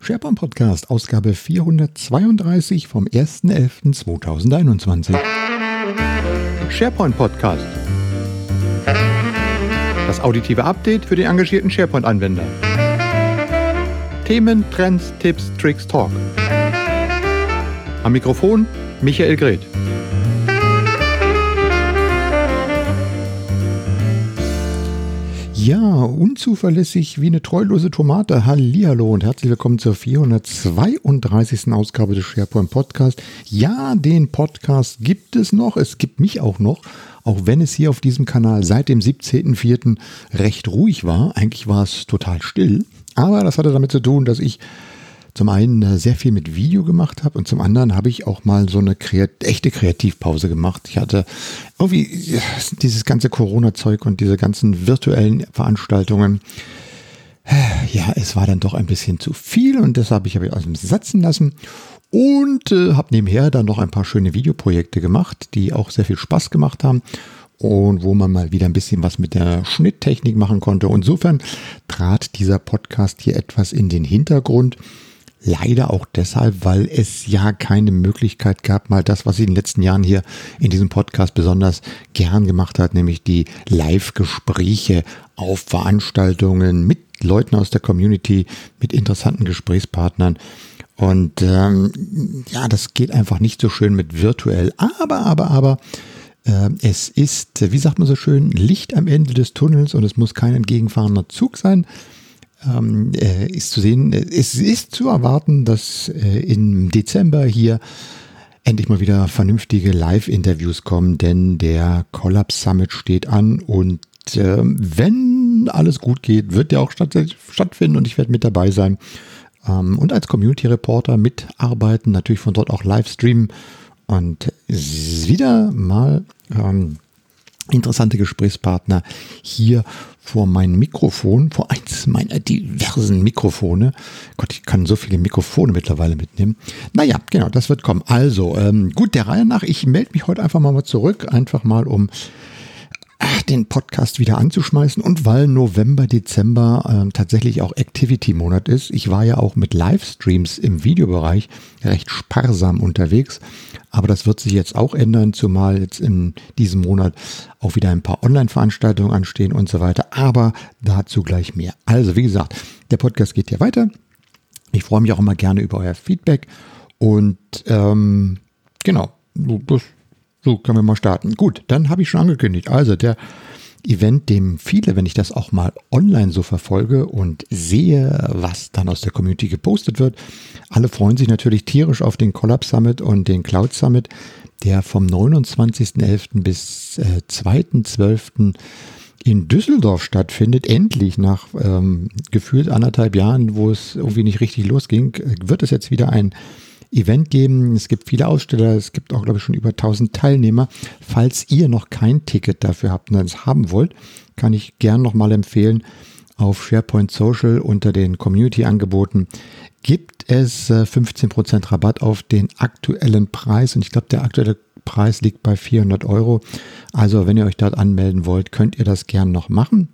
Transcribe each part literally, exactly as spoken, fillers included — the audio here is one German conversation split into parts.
SharePoint Podcast, Ausgabe vierhundertzweiunddreißig vom erster elfter zweitausendeinundzwanzig. SharePoint Podcast. Das auditive Update für den engagierten SharePoint-Anwender. Themen, Trends, Tipps, Tricks, Talk. Am Mikrofon Michael Greth. Ja, unzuverlässig wie eine treulose Tomate. Hallihallo und herzlich willkommen zur vierhundertzweiunddreißigsten Ausgabe des SharePoint Podcast. Ja, den Podcast gibt es noch. Es gibt mich auch noch, auch wenn es hier auf diesem Kanal seit dem siebzehnten vierten recht ruhig war. Eigentlich war es total still, aber das hatte damit zu tun, dass ich zum einen sehr viel mit Video gemacht habe und zum anderen habe ich auch mal so eine kreat- echte Kreativpause gemacht. Ich hatte irgendwie dieses ganze Corona-Zeug und diese ganzen virtuellen Veranstaltungen. Ja, es war dann doch ein bisschen zu viel und deshalb habe ich aus dem Satzen lassen und äh, habe nebenher dann noch ein paar schöne Videoprojekte gemacht, die auch sehr viel Spaß gemacht haben. Und wo man mal wieder ein bisschen was mit der Schnitttechnik machen konnte. Und insofern trat dieser Podcast hier etwas in den Hintergrund. Leider auch deshalb, weil es ja keine Möglichkeit gab, mal das, was ich in den letzten Jahren hier in diesem Podcast besonders gern gemacht hat, nämlich die Live-Gespräche auf Veranstaltungen mit Leuten aus der Community, mit interessanten Gesprächspartnern. Und ähm, ja, das geht einfach nicht so schön mit virtuell. Aber, aber, aber, äh, es ist, wie sagt man so schön, Licht am Ende des Tunnels und es muss kein entgegenfahrender Zug sein. Ähm, äh, ist zu sehen, es ist zu erwarten, dass äh, im Dezember hier endlich mal wieder vernünftige Live-Interviews kommen, denn der Collab Summit steht an und äh, wenn alles gut geht, wird der auch statt, stattfinden und ich werde mit dabei sein ähm, und als Community-Reporter mitarbeiten, natürlich von dort auch live streamen und wieder mal ähm, interessante Gesprächspartner hier vor meinem Mikrofon, vor eins meiner diversen Mikrofone. Gott, ich kann so viele Mikrofone mittlerweile mitnehmen. Naja, genau, das wird kommen. Also, ähm, gut, der Reihe nach, ich melde mich heute einfach mal zurück, einfach mal um den Podcast wieder anzuschmeißen und weil November, Dezember ähm, tatsächlich auch Activity-Monat ist. Ich war ja auch mit Livestreams im Videobereich recht sparsam unterwegs, aber das wird sich jetzt auch ändern, zumal jetzt in diesem Monat auch wieder ein paar Online-Veranstaltungen anstehen und so weiter, aber dazu gleich mehr. Also wie gesagt, der Podcast geht hier weiter. Ich freue mich auch immer gerne über euer Feedback und ähm, genau, das So, können wir mal starten. Gut, dann habe ich schon angekündigt. Also der Event, dem viele, wenn ich das auch mal online so verfolge und sehe, was dann aus der Community gepostet wird. Alle freuen sich natürlich tierisch auf den Collab Summit und den Cloud Summit, der vom neunundzwanzigsten elften bis äh, zweiten zwölften in Düsseldorf stattfindet. Endlich nach ähm, gefühlt anderthalb Jahren, wo es irgendwie nicht richtig losging, wird es jetzt wieder ein Event geben. Es gibt viele Aussteller, es gibt auch, glaube ich, schon über tausend Teilnehmer. Falls ihr noch kein Ticket dafür habt und es haben wollt, kann ich gern nochmal empfehlen, auf SharePoint Social unter den Community-Angeboten gibt es äh, fünfzehn Prozent Rabatt auf den aktuellen Preis und ich glaube, der aktuelle Preis liegt bei vierhundert Euro. Also wenn ihr euch dort anmelden wollt, könnt ihr das gern noch machen.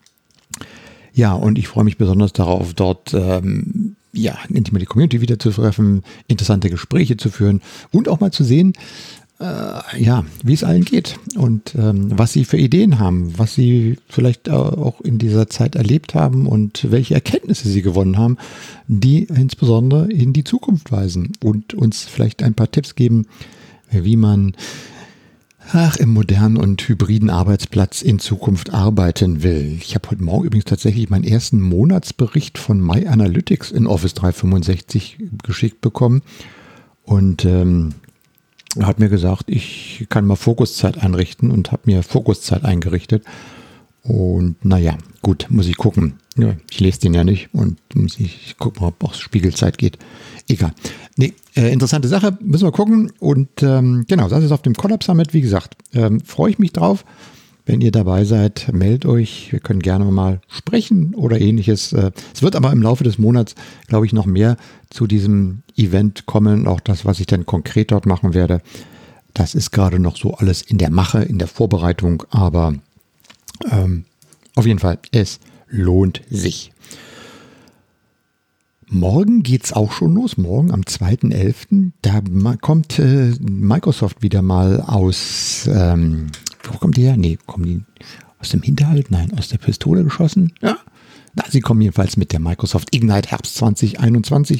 Ja, und ich freue mich besonders darauf, dort ähm, ja, endlich die Community wieder zu treffen, interessante Gespräche zu führen und auch mal zu sehen, äh, ja, wie es allen geht und ähm, was sie für Ideen haben, was sie vielleicht auch in dieser Zeit erlebt haben und welche Erkenntnisse sie gewonnen haben, die insbesondere in die Zukunft weisen und uns vielleicht ein paar Tipps geben, wie man Ach, im modernen und hybriden Arbeitsplatz in Zukunft arbeiten will. Ich habe heute Morgen übrigens tatsächlich meinen ersten Monatsbericht von My Analytics in Office dreihundertfünfundsechzig geschickt bekommen und ähm, hat mir gesagt, ich kann mal Fokuszeit einrichten und habe mir Fokuszeit eingerichtet. Und naja, gut, muss ich gucken. Ja, ich lese den ja nicht und muss ich gucken, ob auch Spiegelzeit geht. Egal. Nee, äh, interessante Sache, müssen wir gucken. Und ähm, genau, das ist auf dem Collab Summit, wie gesagt. Ähm, freue ich mich drauf. Wenn ihr dabei seid, meldet euch. Wir können gerne mal sprechen oder ähnliches. Äh, es wird aber im Laufe des Monats, glaube ich, noch mehr zu diesem Event kommen. Auch das, was ich dann konkret dort machen werde. Das ist gerade noch so alles in der Mache, in der Vorbereitung. Aber ähm, auf jeden Fall, es lohnt sich. Morgen geht's auch schon los. Morgen am zweiten elften Da kommt äh, Microsoft wieder mal aus, ähm, wo kommt die her? Nee, kommen die aus dem Hinterhalt? Nein, aus der Pistole geschossen? Ja. Na, sie kommen jedenfalls mit der Microsoft Ignite Herbst zwanzig einundzwanzig.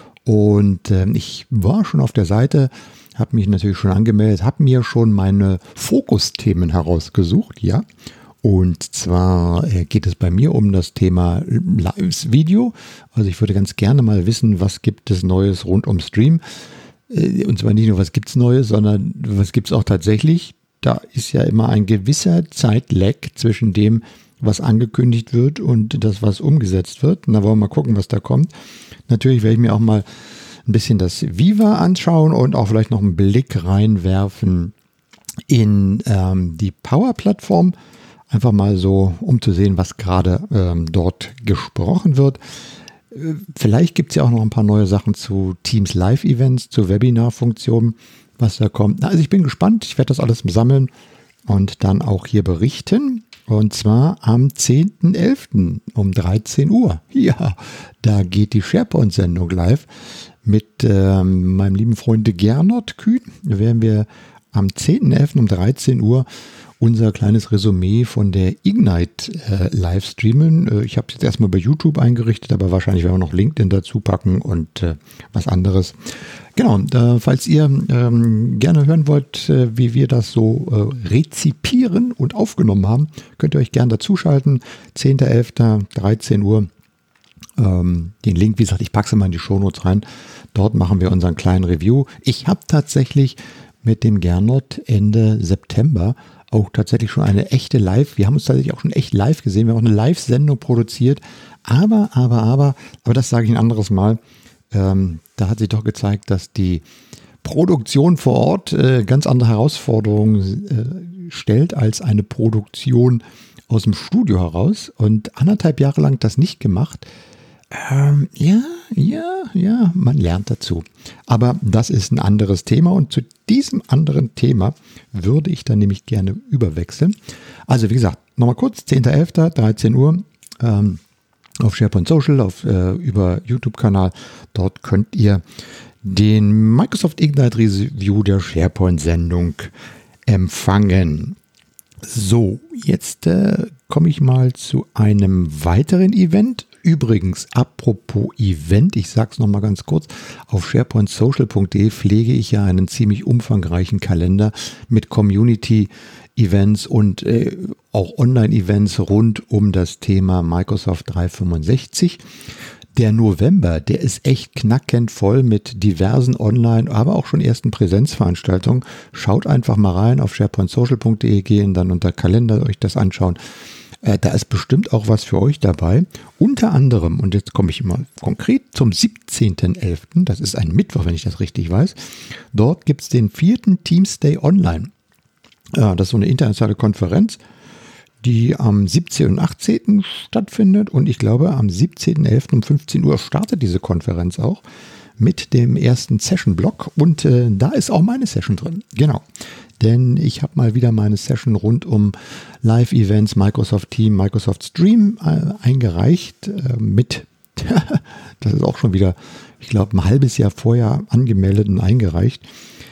Und äh, ich war schon auf der Seite, habe mich natürlich schon angemeldet, habe mir schon meine Fokusthemen herausgesucht, ja. Und zwar geht es bei mir um das Thema Live-Video. Also ich würde ganz gerne mal wissen, was gibt es Neues rund um Stream. Und zwar nicht nur, was gibt es Neues, sondern was gibt es auch tatsächlich. Da ist ja immer ein gewisser Zeitlag zwischen dem, was angekündigt wird und das, was umgesetzt wird. Und da wollen wir mal gucken, was da kommt. Natürlich werde ich mir auch mal ein bisschen das Viva anschauen und auch vielleicht noch einen Blick reinwerfen in ähm, die Power-Plattform. Einfach mal so, um zu sehen, was gerade ähm, dort gesprochen wird. Äh, vielleicht gibt es ja auch noch ein paar neue Sachen zu Teams Live-Events, zu Webinar-Funktionen, was da kommt. Also ich bin gespannt, ich werde das alles sammeln und dann auch hier berichten. Und zwar am zehnten elften um dreizehn Uhr. Ja, da geht die SharePoint-Sendung live mit ähm, meinem lieben Freund Gernot Kühn. Da werden wir am zehnten elften um dreizehn Uhr unser kleines Resümee von der Ignite äh, live streamen. Äh, ich habe es jetzt erstmal bei YouTube eingerichtet, aber wahrscheinlich werden wir noch LinkedIn dazu packen und äh, was anderes. Genau, und, äh, falls ihr ähm, gerne hören wollt, äh, wie wir das so äh, rezipieren und aufgenommen haben, könnt ihr euch gerne dazuschalten. zehnten elften dreizehn Uhr. Ähm, den Link, wie gesagt, ich packe es mal in die Shownotes rein. Dort machen wir unseren kleinen Review. Ich habe tatsächlich mit dem Gernot Ende September auch tatsächlich schon eine echte Live, wir haben uns tatsächlich auch schon echt live gesehen, wir haben auch eine Live-Sendung produziert, aber, aber, aber, aber das sage ich ein anderes Mal, ähm, da hat sich doch gezeigt, dass die Produktion vor Ort äh, ganz andere Herausforderungen äh, stellt als eine Produktion aus dem Studio heraus und anderthalb Jahre lang das nicht gemacht. Ähm, ja, ja, ja, man lernt dazu. Aber das ist ein anderes Thema und zu diesem anderen Thema würde ich dann nämlich gerne überwechseln. Also wie gesagt, nochmal kurz, zehnten elften dreizehn Uhr ähm, auf SharePoint Social, auf, äh, über YouTube-Kanal. Dort könnt ihr den Microsoft Ignite Review der SharePoint-Sendung empfangen. So, jetzt äh, komme ich mal zu einem weiteren Event. Übrigens, apropos Event, ich sage es nochmal ganz kurz, auf sharepoint social punkt de pflege ich ja einen ziemlich umfangreichen Kalender mit Community-Events und äh, auch Online-Events rund um das Thema Microsoft dreihundertfünfundsechzig. Der November, der ist echt knackend voll mit diversen Online-, aber auch schon ersten Präsenzveranstaltungen. Schaut einfach mal rein auf sharepoint social punkt de, gehen dann unter Kalender euch das anschauen. Äh, da ist bestimmt auch was für euch dabei. Unter anderem, und jetzt komme ich mal konkret zum siebzehnten elften Das ist ein Mittwoch, wenn ich das richtig weiß. Dort gibt es den vierten Teams Day Online. Ja, das ist so eine internationale Konferenz, die am siebzehnten und achtzehnten stattfindet. Und ich glaube, am siebzehnten elften um fünfzehn Uhr startet diese Konferenz auch mit dem ersten Session-Block. Und äh, da ist auch meine Session drin. Genau. Denn ich habe mal wieder meine Session rund um Live-Events, Microsoft Team, Microsoft Stream äh, eingereicht äh, mit, das ist auch schon wieder, ich glaube, ein halbes Jahr vorher angemeldet und eingereicht.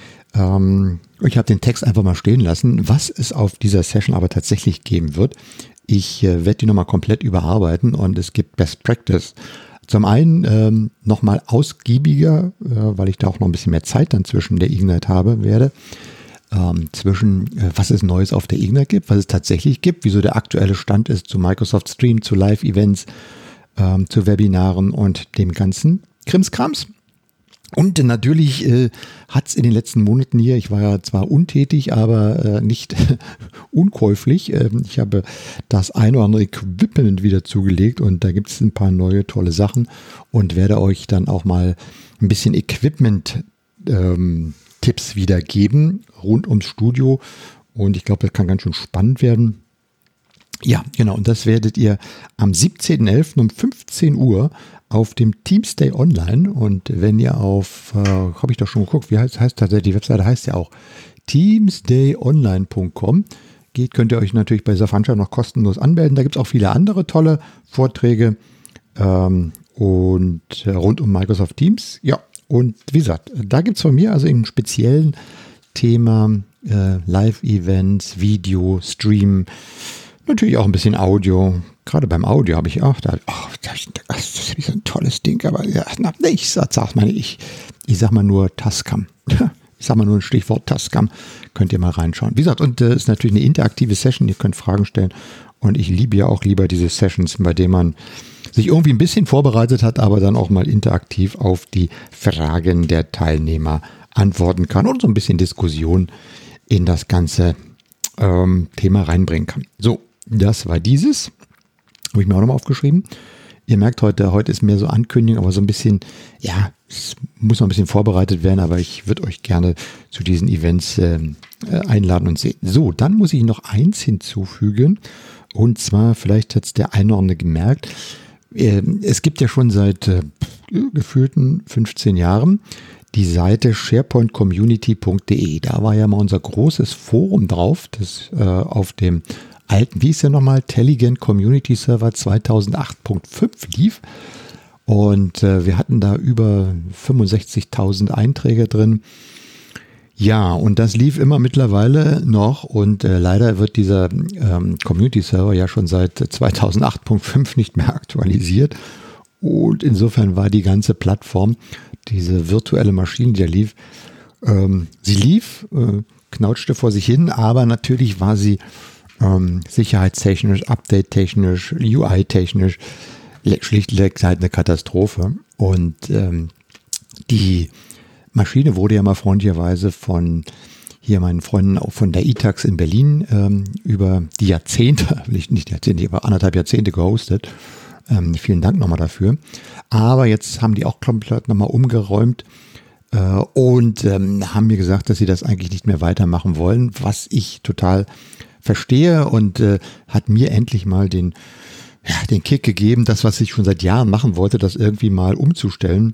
Ähm, ich habe den Text einfach mal stehen lassen, was es auf dieser Session aber tatsächlich geben wird. Ich äh, werde die nochmal komplett überarbeiten und es gibt Best Practice. Zum einen ähm, nochmal ausgiebiger, äh, weil ich da auch noch ein bisschen mehr Zeit dann zwischen der Ignite habe, werde. Ähm, zwischen, äh, was es Neues auf der Ignite gibt, was es tatsächlich gibt, wieso der aktuelle Stand ist zu Microsoft Stream, zu Live-Events, ähm, zu Webinaren und dem ganzen Krimskrams. Und natürlich äh, hat es in den letzten Monaten hier, ich war ja zwar untätig, aber äh, nicht unkäuflich. Äh, ich habe das ein oder andere Equipment wieder zugelegt und da gibt es ein paar neue tolle Sachen und werde euch dann auch mal ein bisschen Equipment ähm, Tipps wiedergeben rund ums Studio und ich glaube, das kann ganz schön spannend werden. Ja, genau, und das werdet ihr am siebzehnten elften um fünfzehn Uhr auf dem Teams Day Online und wenn ihr auf, äh, habe ich doch schon geguckt, wie heißt, heißt tatsächlich, die Webseite heißt ja auch teams day online punkt com geht, könnt ihr euch natürlich bei dieser Veranstaltung noch kostenlos anmelden. Da gibt es auch viele andere tolle Vorträge ähm, und äh, rund um Microsoft Teams. Ja, und wie gesagt, da gibt es von mir also im speziellen Thema äh, Live-Events, Video, Stream, natürlich auch ein bisschen Audio. Gerade beim Audio habe ich auch gedacht, oh, das, das ist so ein tolles Ding, aber ja, na, ich sag, sag mal nicht, ich, ich sag mal nur Tascam. Ich sag mal nur ein Stichwort Tascam, könnt ihr mal reinschauen. Wie gesagt, und es äh, ist natürlich eine interaktive Session, ihr könnt Fragen stellen und ich liebe ja auch lieber diese Sessions, bei denen man sich irgendwie ein bisschen vorbereitet hat, aber dann auch mal interaktiv auf die Fragen der Teilnehmer antworten kann und so ein bisschen Diskussion in das ganze ähm, Thema reinbringen kann. So, das war dieses. Habe ich mir auch nochmal aufgeschrieben. Ihr merkt heute, heute ist mehr so Ankündigung, aber so ein bisschen, ja, es muss noch ein bisschen vorbereitet werden, aber ich würde euch gerne zu diesen Events äh, einladen und sehen. So, dann muss ich noch eins hinzufügen und zwar, vielleicht hat es der eine oder andere gemerkt, äh, es gibt ja schon seit äh, gefühlten fünfzehn Jahren die Seite sharepoint community punkt de. Da war ja mal unser großes Forum drauf, das äh, auf dem alten, wie ist der nochmal, Telligent Community Server zweitausendacht Punkt fünf lief. Und äh, wir hatten da über fünfundsechzigtausend Einträge drin. Ja, und das lief immer mittlerweile noch und äh, leider wird dieser ähm, Community Server ja schon seit zweitausendacht Punkt fünf nicht mehr aktualisiert. Und insofern war die ganze Plattform, diese virtuelle Maschine, die da lief, ähm, sie lief, äh, knautschte vor sich hin, aber natürlich war sie ähm, sicherheitstechnisch, update-technisch, U I-technisch schlichtweg halt eine Katastrophe. Und ähm, die Maschine wurde ja mal freundlicherweise von hier meinen Freunden auch von der I TAX in Berlin ähm, über die Jahrzehnte, nicht, nicht Jahrzehnte, aber anderthalb Jahrzehnte gehostet. Ähm, vielen Dank nochmal dafür. Aber jetzt haben die auch komplett nochmal umgeräumt äh, und ähm, haben mir gesagt, dass sie das eigentlich nicht mehr weitermachen wollen, was ich total verstehe und äh, hat mir endlich mal den, ja, den Kick gegeben, das, was ich schon seit Jahren machen wollte, das irgendwie mal umzustellen,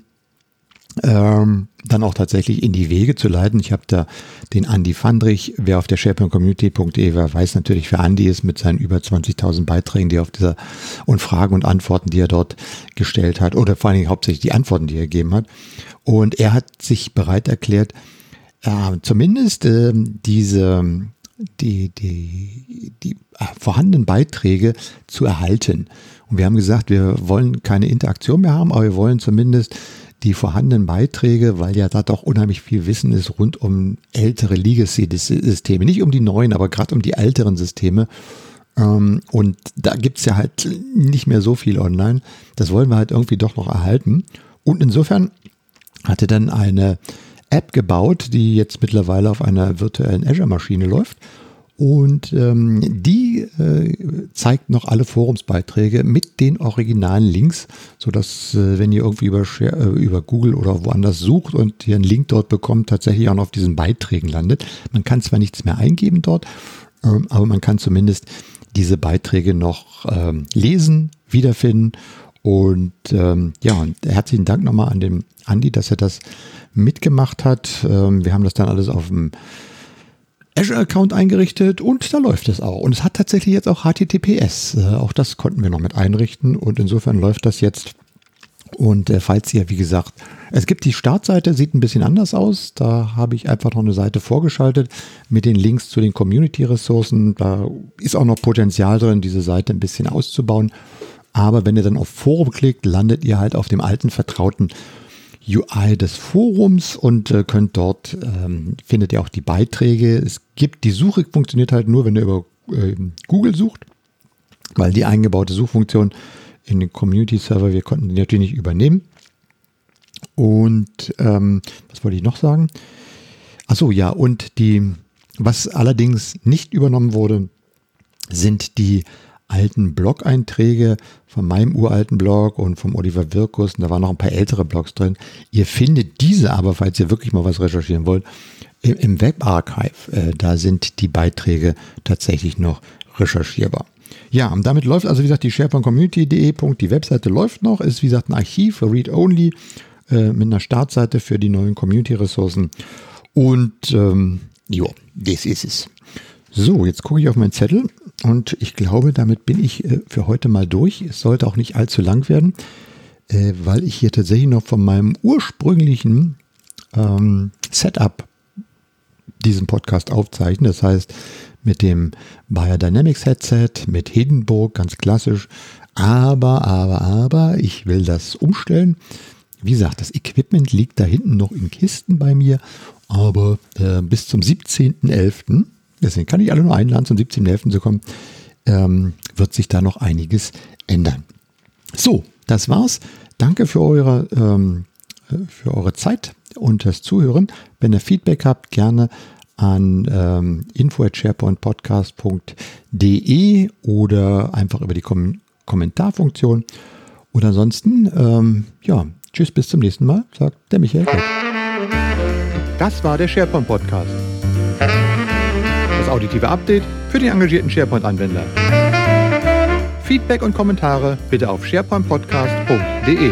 ähm, dann auch tatsächlich in die Wege zu leiten. Ich habe da den Andi Fandrich, wer auf der sharepoint community punkt de war, weiß natürlich, wer Andi ist mit seinen über zwanzigtausend Beiträgen, die er auf dieser und Fragen und Antworten, die er dort gestellt hat oder vor allen Dingen hauptsächlich die Antworten, die er gegeben hat. Und er hat sich bereit erklärt, äh, zumindest äh, diese die, die, die vorhandenen Beiträge zu erhalten. Und wir haben gesagt, wir wollen keine Interaktion mehr haben, aber wir wollen zumindest die vorhandenen Beiträge, weil ja da doch unheimlich viel Wissen ist rund um ältere Legacy-Systeme. Nicht um die neuen, aber gerade um die älteren Systeme. Und da gibt es ja halt nicht mehr so viel online. Das wollen wir halt irgendwie doch noch erhalten. Und insofern hatte dann eine App gebaut, die jetzt mittlerweile auf einer virtuellen Azure-Maschine läuft. Und ähm, die äh, zeigt noch alle Forumsbeiträge mit den originalen Links, sodass, äh, wenn ihr irgendwie über, Share, äh, über Google oder woanders sucht und ihr einen Link dort bekommt, tatsächlich auch noch auf diesen Beiträgen landet. Man kann zwar nichts mehr eingeben dort, ähm, aber man kann zumindest diese Beiträge noch ähm, lesen, wiederfinden. Und ähm, ja, und herzlichen Dank nochmal an den Andi, dass er das mitgemacht hat. Ähm, wir haben das dann alles auf dem Azure-Account eingerichtet und da läuft es auch. Und es hat tatsächlich jetzt auch H T T P S. Äh, auch das konnten wir noch mit einrichten und insofern läuft das jetzt. Und äh, falls ihr, wie gesagt, es gibt die Startseite, sieht ein bisschen anders aus. Da habe ich einfach noch eine Seite vorgeschaltet mit den Links zu den Community-Ressourcen. Da ist auch noch Potenzial drin, diese Seite ein bisschen auszubauen. Aber wenn ihr dann auf Forum klickt, landet ihr halt auf dem alten, vertrauten U I des Forums und äh, könnt dort, ähm, findet ihr auch die Beiträge. Es gibt, die Suche funktioniert halt nur, wenn ihr über äh, Google sucht, weil die eingebaute Suchfunktion in den Community-Server, wir konnten die natürlich nicht übernehmen. Und ähm, was wollte ich noch sagen? Achso, ja, und die, was allerdings nicht übernommen wurde, sind die alten Blog-Einträge von meinem uralten Blog und vom Oliver Wirkus. Und da waren noch ein paar ältere Blogs drin. Ihr findet diese aber, falls ihr wirklich mal was recherchieren wollt, im, im Webarchive. Äh, da sind die Beiträge tatsächlich noch recherchierbar. Ja, und damit läuft also, wie gesagt, die sharepoint community punkt de. Die Webseite läuft noch. Ist, wie gesagt, ein Archiv für Read-Only äh, mit einer Startseite für die neuen Community-Ressourcen. Und ähm, jo, das ist es. So, jetzt gucke ich auf meinen Zettel und ich glaube, damit bin ich äh, für heute mal durch. Es sollte auch nicht allzu lang werden. äh, weil ich hier tatsächlich noch von meinem ursprünglichen ähm, Setup diesen Podcast aufzeichne. Das heißt, mit dem Bayer Dynamics Headset, mit Hindenburg, ganz klassisch. Aber, aber, aber, ich will das umstellen. Wie gesagt, das Equipment liegt da hinten noch in Kisten bei mir, aber äh, bis zum siebzehnten elften, deswegen kann ich alle nur einladen, zum siebzehnten elften zu kommen, ähm, wird sich da noch einiges ändern. So, das war's. Danke für eure, ähm, für eure Zeit und das Zuhören. Wenn ihr Feedback habt, gerne an ähm, info at sharepoint podcast punkt de oder einfach über die Kom- Kommentarfunktion. Und ansonsten, ähm, ja, tschüss, bis zum nächsten Mal, sagt der Michael Kett. Das war der SharePoint Podcast. Das auditive Update für den engagierten SharePoint-Anwender. Feedback und Kommentare bitte auf sharepoint podcast punkt de.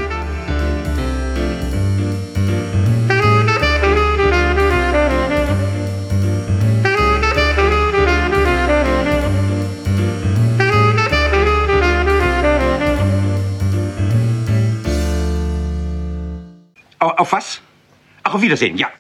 Auf was? Ach, auf Wiedersehen, ja.